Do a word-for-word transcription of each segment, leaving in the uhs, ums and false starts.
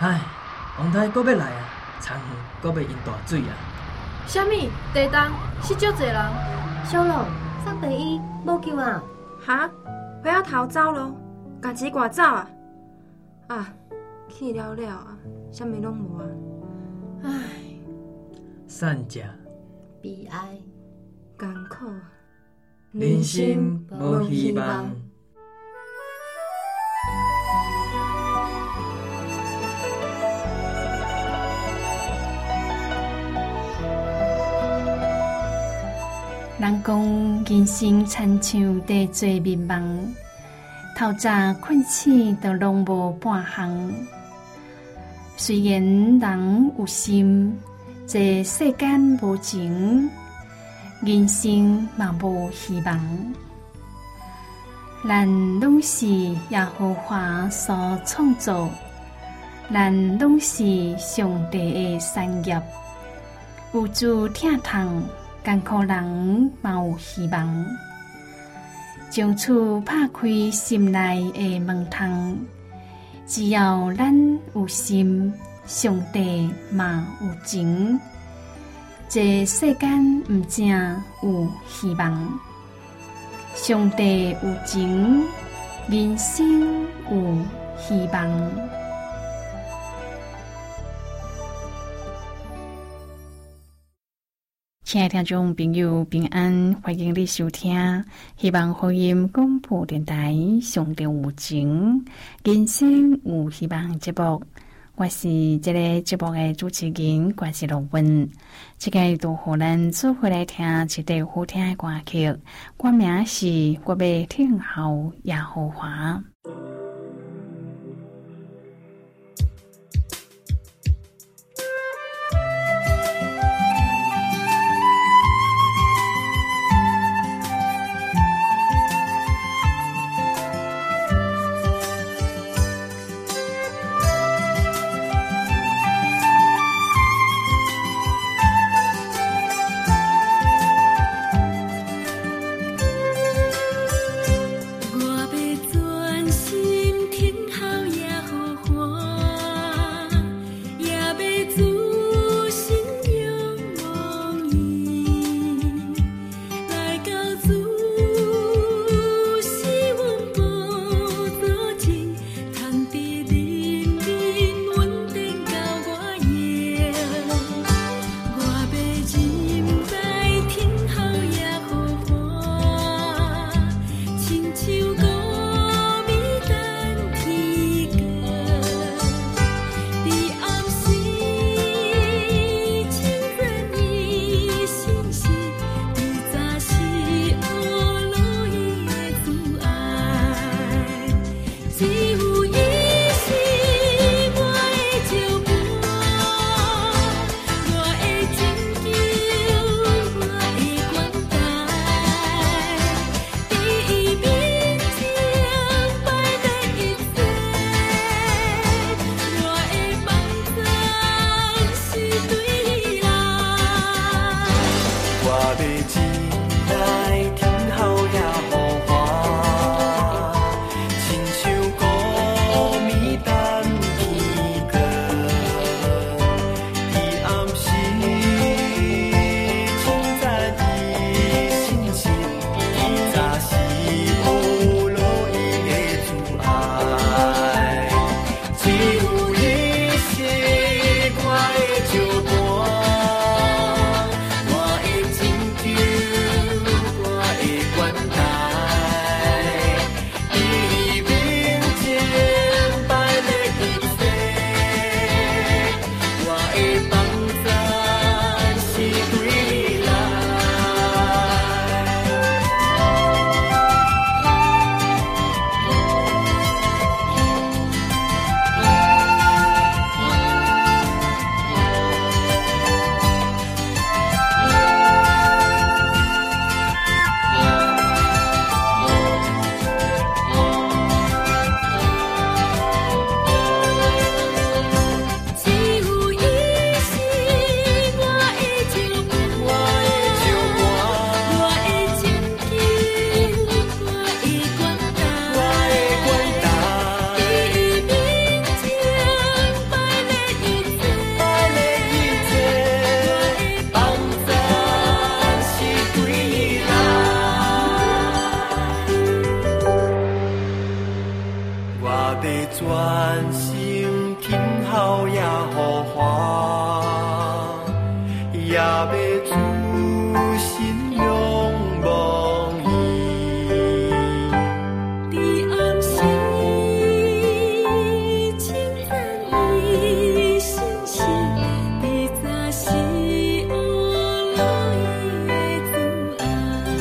唉，王太阁要来啊，田园阁要淹大水啊！ 啥物？地动死足侪人。 小龙，送第一无救啊！ 哈，回仔头走咯，家己赶走啊！啊，去了了啊，啥物拢无啊！唉， 善食悲哀， 艰苦， 人生无希望。 人讲人生亲像地做迷茫，透早困醒都拢无半项。虽然人有心，这世间无情，人生嘛无希望。咱拢是耶和华所创造，咱拢是上帝的产业，有主疼痛。艰苦人嘛有希望，将厝拍开心内的门窗。只要咱有心，上帝嘛有情。这世间毋正有希望，上帝有情，人生有希望。亲爱的听众朋友，平安，欢迎你收听希望福音广播电台上帝有情人生有希望节目。我是这个节目的主持人关系罗文，这个都互咱做回来听一首好听的歌曲，歌名是《我要听候耶和华》。 我要专心。 要专心听候耶和华，也要主心仰望伊。你暗时称赞伊信息，你早时学老伊的主爱。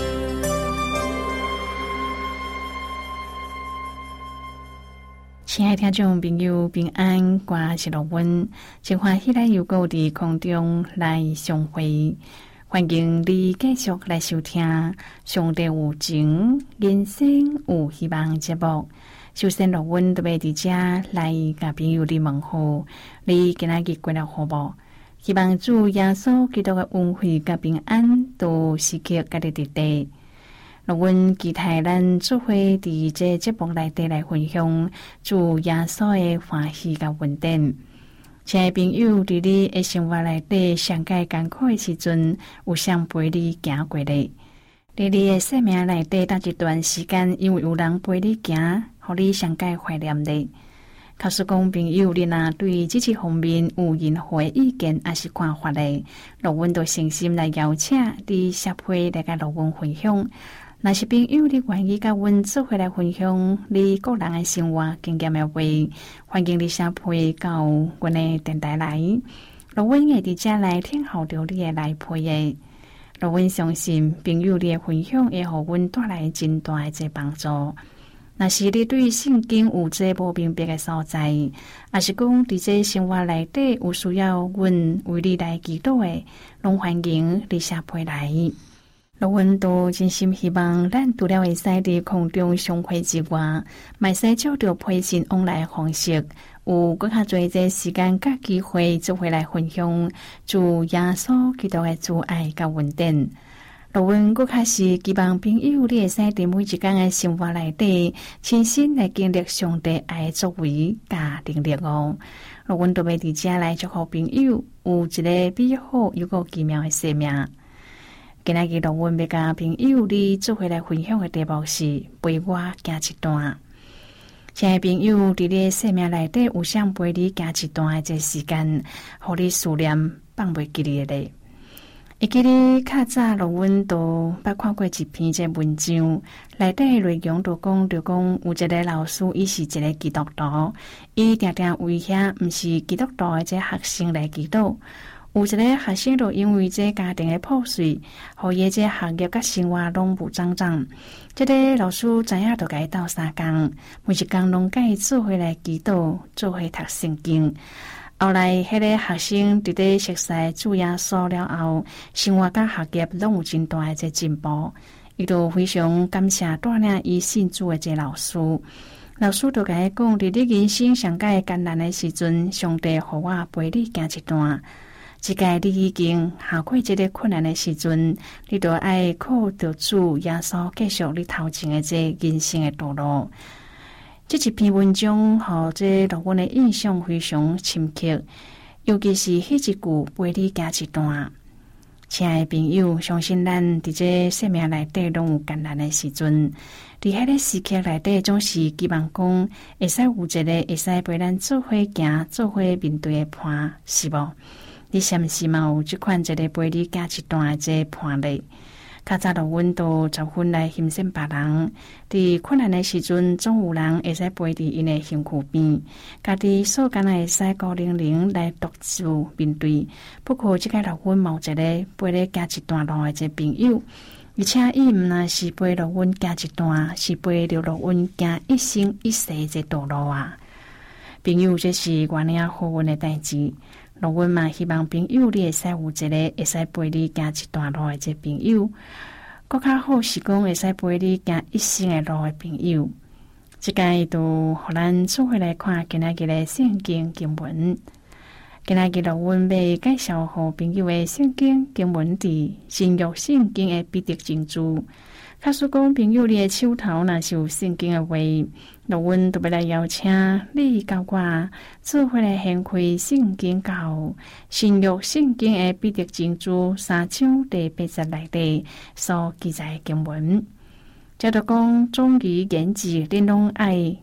亲爱的听众朋友，平安，我是乐文，真欢喜咱又搁伫空中来相会，欢迎你继续来收听上帝有情人生有希望节目。首先，乐文特别伫遮来甲朋友你问候，你今仔日过得好无？希望主耶稣基督嘅恩惠甲平安都时刻甲你伫地。乐文期待咱做伙伫这节目内底来分享主耶稣的欢喜甲恩典。亲爱朋友，伫你的生活内底上界艰苦的时阵，有谁陪你行过咧？伫你的生命内底，当一段时间，因为有人陪你行，互你上界怀念咧。假使讲朋友，你若对这些方面有任何意见还是看法咧，乐文都诚心来邀请你协会来甲乐文分享。若是朋友，你愿意甲阮做伙来分享你个人的生活经验的话，欢迎你写批到阮的电台来。乐文会伫遮来听候着你的来批的。乐文相信朋友你的分享会互阮带来真大的这帮助。若是你对圣经有这无明白的所在，也是讲伫这生活内底有需要阮为你来祈祷的，拢欢迎你写批来。乐文都真心希望咱除了会使伫空中相会之外，嘛使照着配信往来的方式，有更较侪这时间甲机会做伙来分享主耶稣基督的主爱甲恩典。乐文更较是希望朋友你会使伫每一天的生活内底，亲身来经历上帝爱的作为甲能力哦。乐文都要伫遮来祝福朋友有一个美好又个奇妙的生命。今仔日乐文要甲朋友你做伙来分享的题目是陪我行一段。亲爱朋友，伫你生命内底有谁陪你行一段的这时间，互你思念放袂记哩咧？会记哩较早乐文都捌看过一篇这文章，内底内容都讲着讲有一个老师，伊是一个基督徒，伊常常威胁毋是基督徒的这学生来祈祷。有一个学生就因为这家庭的破碎，互伊这学业甲生活拢无增长。这个老师知影就甲伊斗相共，每一工拢甲伊做伙来祈祷，做伙读圣经。后来，迄个学生伫咧熟悉主耶稣了后，生活甲学业拢有真大的这进步。伊就非常感谢带领伊信主的这老师。老师就甲伊讲，伫你人生上界艰难的时阵，上帝互我陪你行一段。即个你已经下过这个困难的时阵，你就爱靠着主耶稣继续你头前的这人生的道路。这一篇文章和这乐文的印象非常深刻，尤其是迄一句陪你行一段。亲爱的朋友，相信咱伫这生命内底拢有艰难的时阵，伫迄个时刻内底总是希望讲会使有一个会使陪咱做伙行、做伙面对的伴，是无？你是毋是嘛有即款一个陪你行一段的这伴咧？较早着阮都十分来欣赏别人，伫困难的时阵，总有人会使陪伫因的身躯边，家己所干会使孤零零来独自面对。不过，即个着阮嘛有一个陪你行一段路的这朋友，而且伊毋那是陪着阮行一段，是陪着着阮行一生一世这道路啊！朋友，这是原领好运的代志。乐文嘛，希望朋友你会使有一个会使陪你行一段路的这朋友，更较好是讲会使陪你行一生的路的朋友。即个都互咱做伙来看今仔日的圣经经文。今仔日乐文要介绍互朋友的圣经经文伫新约圣经的彼得前书。假使讲朋友你的手头若是有圣经的话，乐文特别来邀请你甲我做伙来掀开圣经到新约圣经的彼得前书三章第八节内底所记载的经文。接着讲，总而言之，恁拢爱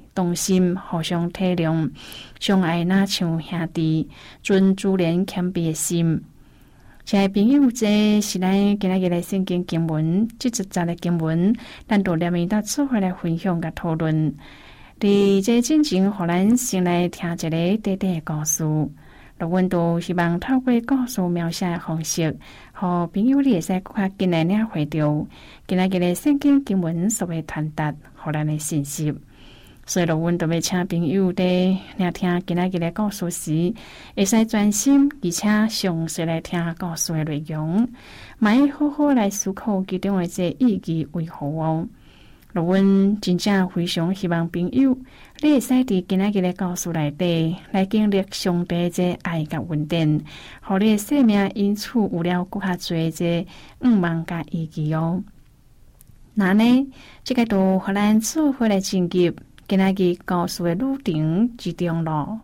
同心，互相体谅，相爱若像兄弟，存自然谦卑的心。亲爱朋友，这是咱今仔日的圣经经文，这一节的经文，咱就连面搭做伙来分享甲讨论。伫这进前，互咱先来听一个短短的故事。罗阮都希望透过故事描写的方式，互朋友你会使更较紧来领会到今仔日的圣经经文所要传达互咱的信息。所以罗阮都要请朋友伫聆听今仔日的故事时，会使专心而且详细来听故事的内容，嘛要好好来思考其中的这意义为何哦。罗阮真正非常希望朋友你会使伫今仔日的故事内底来经历上帝这爱甲恩典，互你的生命因此有了更较侪这愿望甲意义哦。那呢，这个都互咱做伙来进入今仔日故事的旅程之中咯。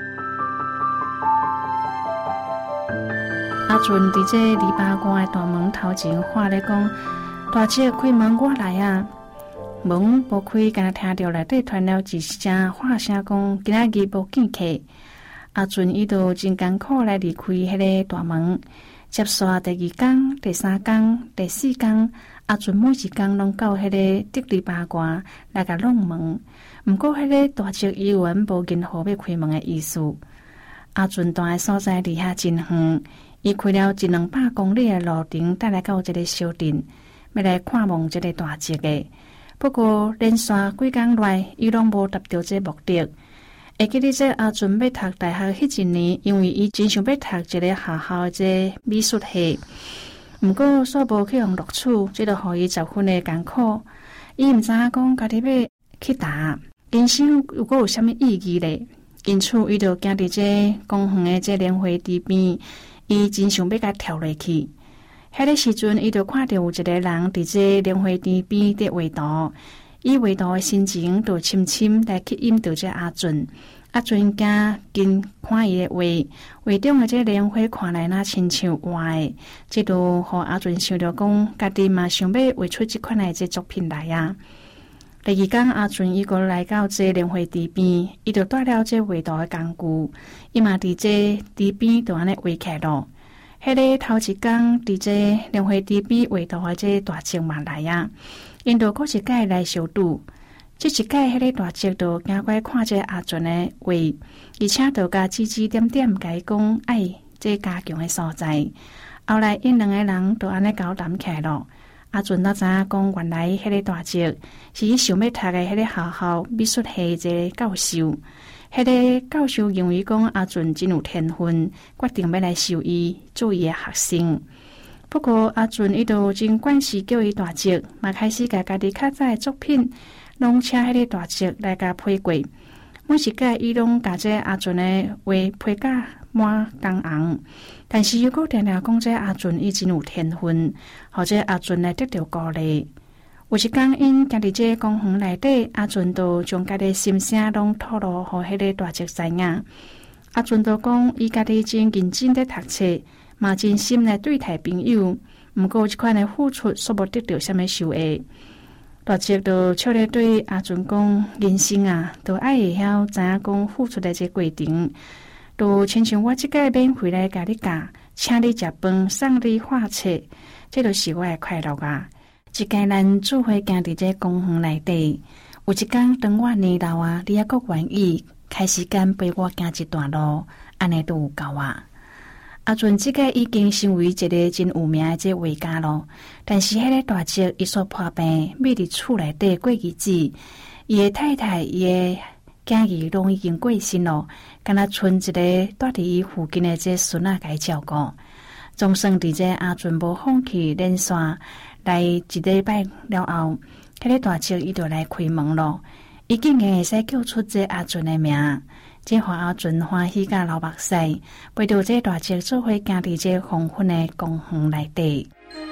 阿俊伫这篱笆关的大门头前话咧讲：“大姐开门，我来啊！”门无开，敢若听到内底传了一声话声讲：“今仔日无见客。”阿俊伊就真艰苦来离开迄个大门。接续第二天、第三天、第四天，阿俊每一天拢到迄个竹篱笆关来甲弄门。毋过迄个大姐依然无任何要开门的意思。阿俊住的所在离遐真远，伊开了一两百公里的路程，带来到这个小镇，要来看望这个大姐的。不过连续几工来，伊拢无达到这目的。会记得这阿俊要读大学迄一年，因为伊真想要读一个学校的这美术系，毋过煞无去用录取，这就互伊十分的艰苦。伊毋知影讲家己要去读，人生如果有啥物意义咧？因此，伊就行伫这公园的这莲花池边，伊真想要甲跳落去。迄个时阵，伊就看到有一个人伫这莲花池边伫画图，伊画图的心情就深深来去引导这阿俊。阿俊惊紧看伊的画，画中的这莲花看来那亲像活的，这就互阿俊想到讲，家己嘛想要画出这款的这作品来啊。第二天，阿俊伊个来到这莲花池边，伊就带了这画图的工具，伊嘛伫这池边就安尼画起咯。迄个头一天伫这莲花池边画图的这大姐嘛来啊，因就搁一届来相拄。这一届迄个大姐就行过来看这阿俊的画，而且就甲指指点点甲伊讲爱这加强的所在。后来因两个人就安尼交谈起来咯。阿俊才知影讲，原来迄个大姐是伊想要读的迄个学校美术系这个教授。迄个教授认为讲阿俊真有天分，决定要来收伊做伊的学生。不过阿俊伊就真惯势叫伊大姐，嘛开始甲家己较早的作品，拢请迄个大姐来甲批过。每一届伊拢甲这阿俊的画批甲满江红，但是又搁定定讲这阿俊伊真有天分，或者阿俊来得到鼓励。有一天，因行伫这公园内底，阿俊就将家己心声拢透露互迄个大姐知影。阿俊就讲，伊家己真认真在读册，嘛真心来对待朋友。毋过，即款的付出所无得到什么收益。大姐就笑咧对阿俊讲：人生啊，都爱会晓知影讲付出的这过程。就亲像我即个免费来甲你教，请你食饭，送你画册，这就是我的快乐啊！一家人做伙行伫这公园内底，有一天当我年老啊，你还阁愿意开时间陪我行一段路，安尼都有够啊！阿俊即个已经成为一个真有名的这画家咯，但是迄个大姐伊所破病，秘伫厝内底过日子，伊的太太、伊的囝儿拢已经过身咯，敢若剩一个住伫伊附近的这孙仔甲伊照顾。总算伫这阿俊无放弃连续来一礼拜了后，迄个大姐伊就来开门咯。伊竟然会使叫出这阿俊的名，这互阿俊欢喜甲流目屎，陪着这大姐做伙行伫这黄昏的公园内底。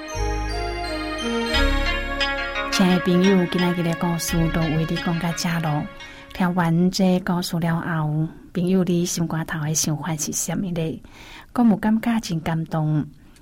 亲爱的朋友，今仔日的故事都为你讲到这咯。听完这故事了后，朋友你心肝头的想法是啥物呢？我有感觉真感动。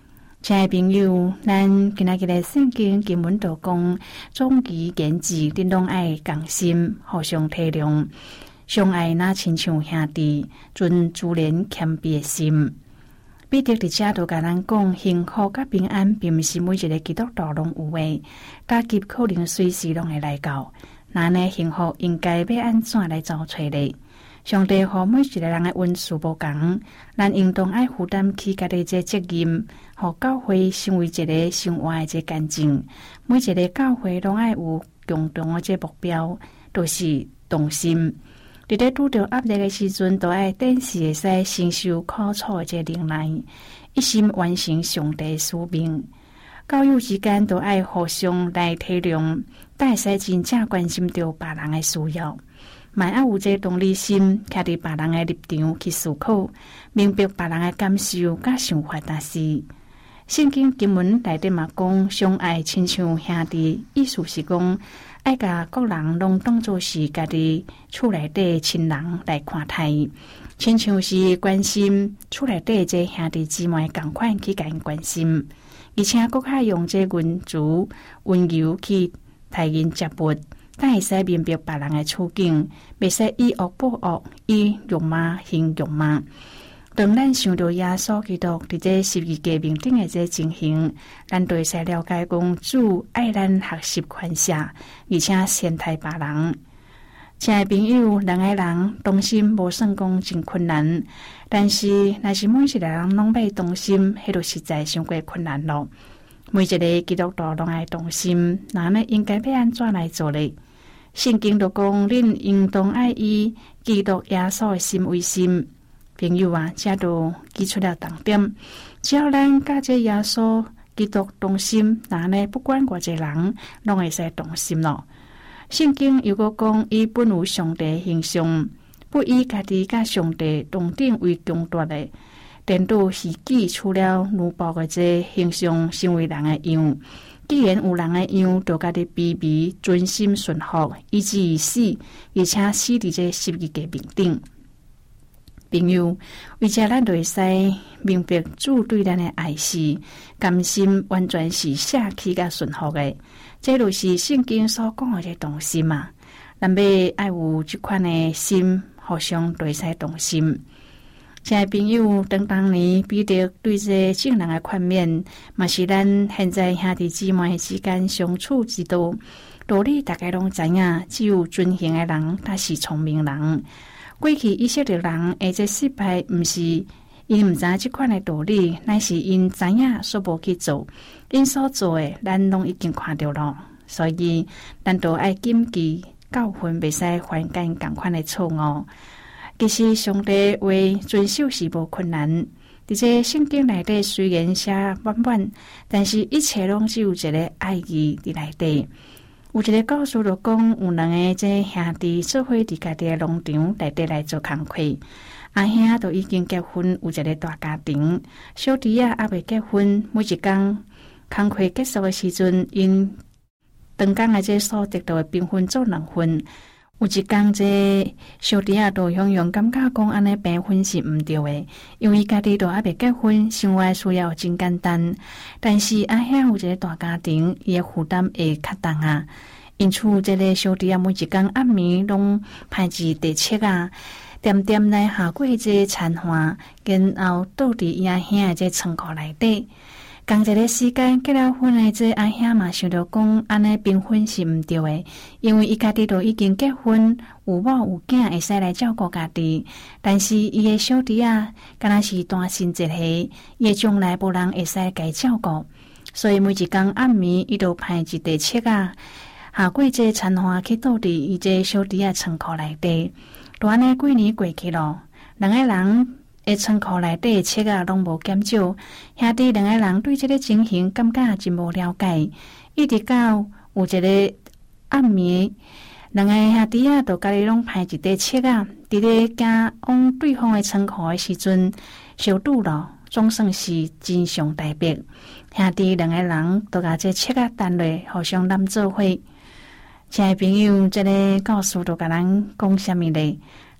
亲爱朋友，咱今仔日的圣经经文就讲，总其言之，恁拢爱共心，互相体谅，相爱那亲像兄弟，存自然谦卑的心。彼得伫遮就甲咱讲，幸福甲平安，并毋是每一个基督徒拢有诶，打击可能随时拢会来到。那呢，幸福应该要安怎来找找咧？上帝互每一个人的恩赐无共，咱应当爱负担起家己这责任，互教会成为一个生活的这干净。每一个教会拢爱有共同的这目标，就是同心。伫咧拄着压力的时阵，都爱展示会使承受苦楚的这能耐，一心完成上帝的使命。教友之间都爱互相来体谅，才会使真正关心着别人的需要。嘛要有这同理心，徛伫别人的立场去思考，明白别人的感受甲想法。但是圣经经文内底嘛讲，相爱亲像兄弟，意思是讲爱甲各人拢当作是家己厝内底亲人来看待，亲像是关心厝内底这兄弟姊妹共款去甲因关心，而且搁较用这文字温柔去替因接物。但会使明白别人的处境，袂使以恶报恶，以辱骂行辱骂。当咱想到耶稣基督伫这十字架面顶的这情形，咱就会使了解讲主爱咱学习宽赦，而且善待别人。亲爱朋友，人个人同心无算讲真困难，但是若是每一个人拢要同心，迄就实在伤过困难咯。每一个基督徒拢爱同心，那么应该要安怎来做呢？圣经就讲，恁应当爱以基督耶稣的心为心。朋友啊，这就记出了重点。只要咱甲这耶稣基督同心，那呢不管偌济人，拢会使同心咯。圣经又个讲，伊本有上帝形象，不以家己甲上帝同等为强大的，颠倒是己除了奴仆的这形象，成为人的样。既然有人的样，就家己卑微、专心顺服，以至于死，而且死伫这十字架面顶。朋友，为这咱就会使明白主对咱的爱是甘心，完全是舍弃甲顺服的。这就是圣经所讲的这同心嘛。咱要爱有这款的心，互相就会使同心。亲爱朋友，当当年彼得对这正人的宽勉，嘛是咱现在兄弟姊妹之间相处之道。道理大家拢知影，只有遵行的人才是聪明人。过去以色列人会这失败，不是因唔知这款的道理，乃是因知影所无去做。因所做的，咱拢已经看到了，所以咱都爱谨记教训，袂使犯干同款的错误。其实上帝话遵守是无困难，伫这圣经内底虽然写满满，但是一切拢只有一个爱意伫内底。有一个故事就讲，有两个这兄弟做伙伫家己的农场内底来做工课。阿兄都已经结婚，有一个大家庭；小弟啊还未结婚，每一工工课结束的时阵，因当工的这所得到的平分做两份。有一天，这小弟啊，都向向感觉讲，安尼平分是毋对的，因为家己都还未结婚，生活需要真简单。但是阿兄有一个大家庭，伊的负担会较重啊。因此，这个小弟啊，每一工暗暝拢排置地切啊，点点来下过这餐饭，然后倒伫伊阿兄的这仓库内底。同一个时间结了婚的这阿兄嘛，想到讲安尼平分是毋对的，因为伊家己都已经结婚，有某有囝，会使来照顾家己。但是伊的小弟啊，敢若是单身一个，伊的将来无人会使家照顾，所以每一工暗暝，伊都派一地切啊，下过这餐饭去倒伫伊这小弟啊仓库内底。就安尼几年过去咯，两个人。诶，仓库内底切啊，拢无减少。兄弟两个人对这个情形感觉真无了解，一直到有一个暗暝，两个兄弟啊，就家己拢派一块切啊，伫咧行往对方的仓库的时阵，小拄咯，总算是真相大白。兄弟两个人都甲这切啊担落，互相揽做伙。亲爱朋友，这个故事就甲咱讲什么咧？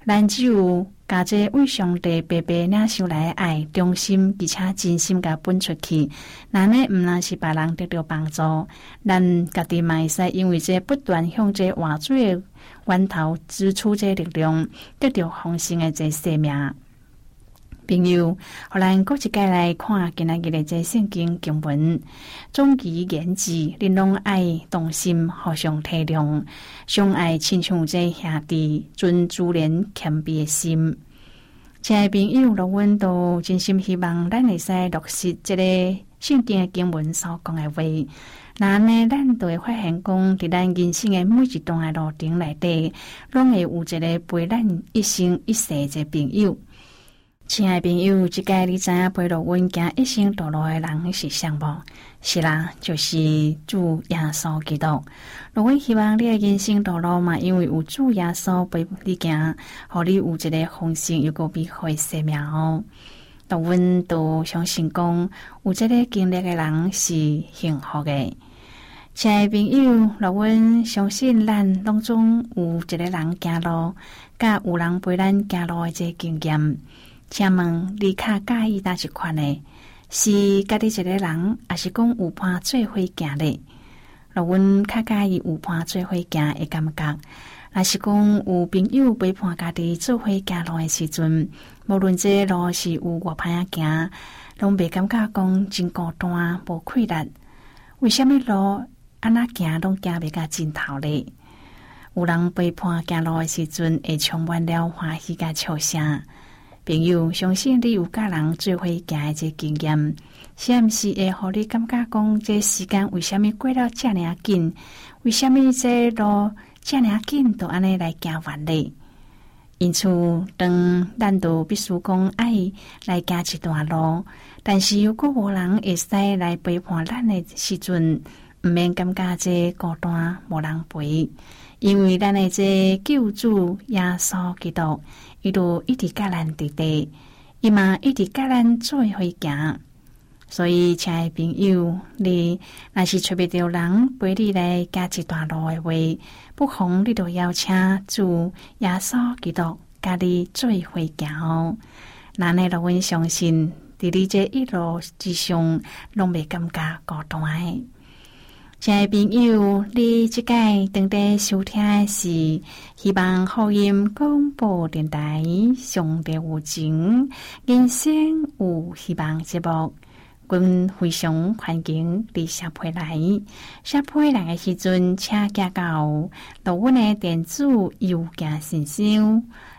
咱只有甲这为上帝白白领受来的爱，忠心而且真心甲分出去，那呢毋那是别人得到帮助，咱家己嘛会使因为这不断向这活水的源头支出这力量，得到丰盛的这生命。朋友，互咱搁一届来看今仔日的这圣经经文，总其言之，恁拢爱同心，互相体谅，相爱亲像这兄弟，尊自然谦卑的心。亲爱朋友，若阮都真心希望咱会使落实这个圣经的经文所讲的话，那呢，咱就会发现讲，伫咱人生的每一段的路程内底，拢会有一个陪咱一生一世的朋友。亲爱朋友，即个你知影陪着阮行一生道路的人是谁无？是啦，就是主耶稣基督。若阮希望你的人生道路嘛，因为有主耶稣陪你行，互你有一个丰盛又个美好的生命哦。若阮都相信讲，有这个经历的人是幸福的。亲爱朋友，若阮相信咱当中有一个人行路，甲有人陪咱行路的这个经验。请问你较介意哪一款呢？是家己一个人，还是讲有伴做伙行咧？若阮较介意有伴做伙行的感觉，还是讲有朋友陪伴家己做伙行路的时阵，无论这路是有偌歹啊行，拢袂感觉讲真孤单无快乐。为什么路安那行拢行袂到尽头咧？有人陪伴行路的时阵，会充满了欢喜甲笑声。朋友，相信你有甲人做伙行的这经验，是毋是会互你感觉讲，这时间为什么过了这么紧？为什么这路这么紧，都安尼来行完咧？因此，当咱都必须讲爱来行一段路，但是如果无人会使来陪伴咱的时阵，毋免感觉这孤单无人陪，因为咱的这救主耶稣基督。伊就一直甲咱伫地，伊嘛一直甲咱做伙行。所以，亲爱朋友，你若是找不到人陪你来行一段路的话，不妨你就邀请主耶稣基督甲你做伙行哦。那呢，让阮相信，伫你这一路之上，拢袂感觉孤单的。亲爱朋友，你即届当地收听的是希望福音广播电台上帝有情人生有希望节目。阮非常欢迎你社配来，社配来的时阵，请寄到到阮的电子邮件信箱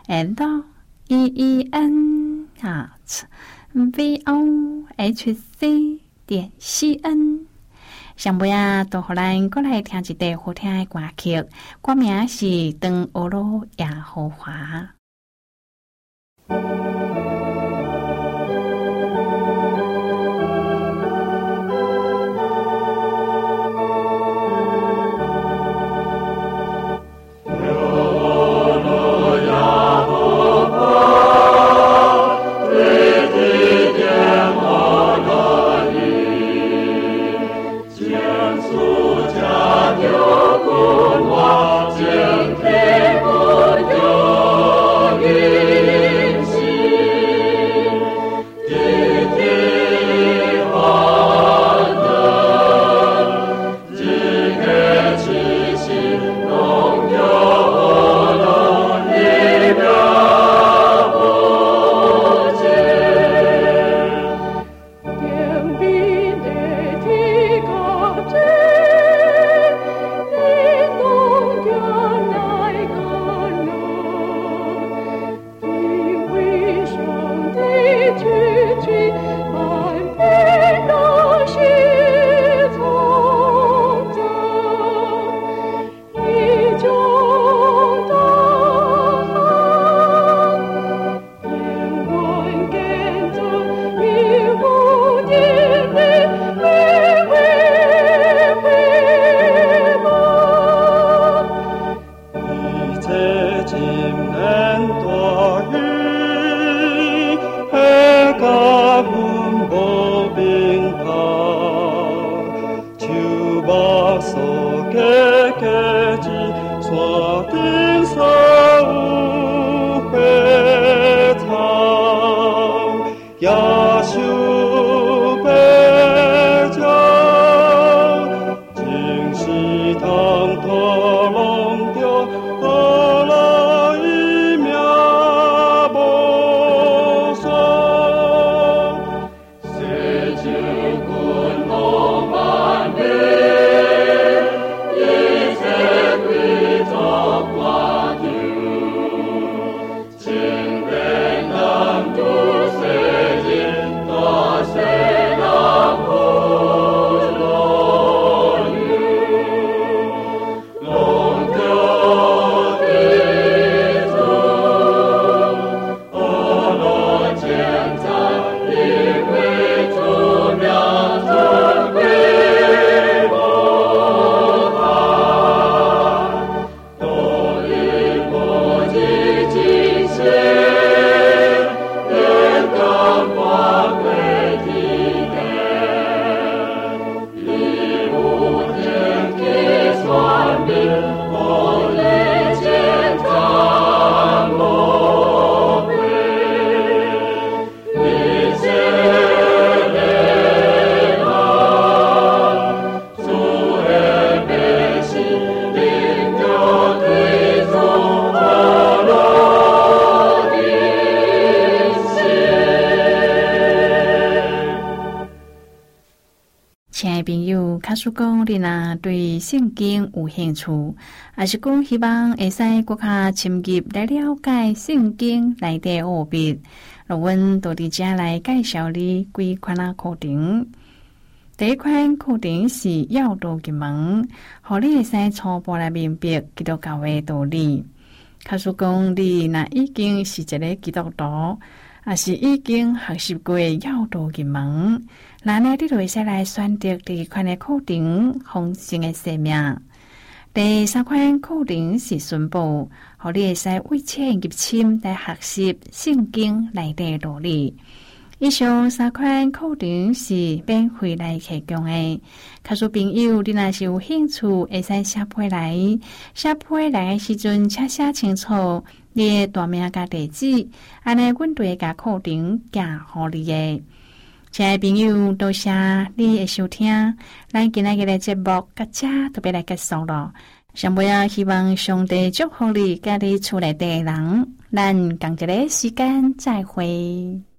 l e e n at v o h c 点 c n。上尾啊，都互咱过来听一段好听的歌曲，歌名是《当俄罗耶和华》。 有苦我今天不有。 使讲你若对圣经有兴趣，还是讲希望会使更加深入来了解圣经内底奥秘，那阮就伫遮来介绍你几款啊课程。第一款课程是要道入门，互你会使初步来明白基督教的道理。假使讲你若已经是一个基督徒，也是已经学习过要道入门，那呢你就会使来选择第一款的课程，丰盛的生命。第三款课程是宣布，互你会使为切入深来学习圣经内底道理。以上三款课程是免费来提供的，假使朋友你若是有兴趣，会使写批来，写批来的时阵，请写清楚你的大名甲地址，安尼阮就会甲课程寄互你的。亲爱的朋友，多谢你的收听，咱今日的节目到这就要来结束了。上尾啊，希望上帝祝福你，甲你厝内的人，咱同一个时间再会。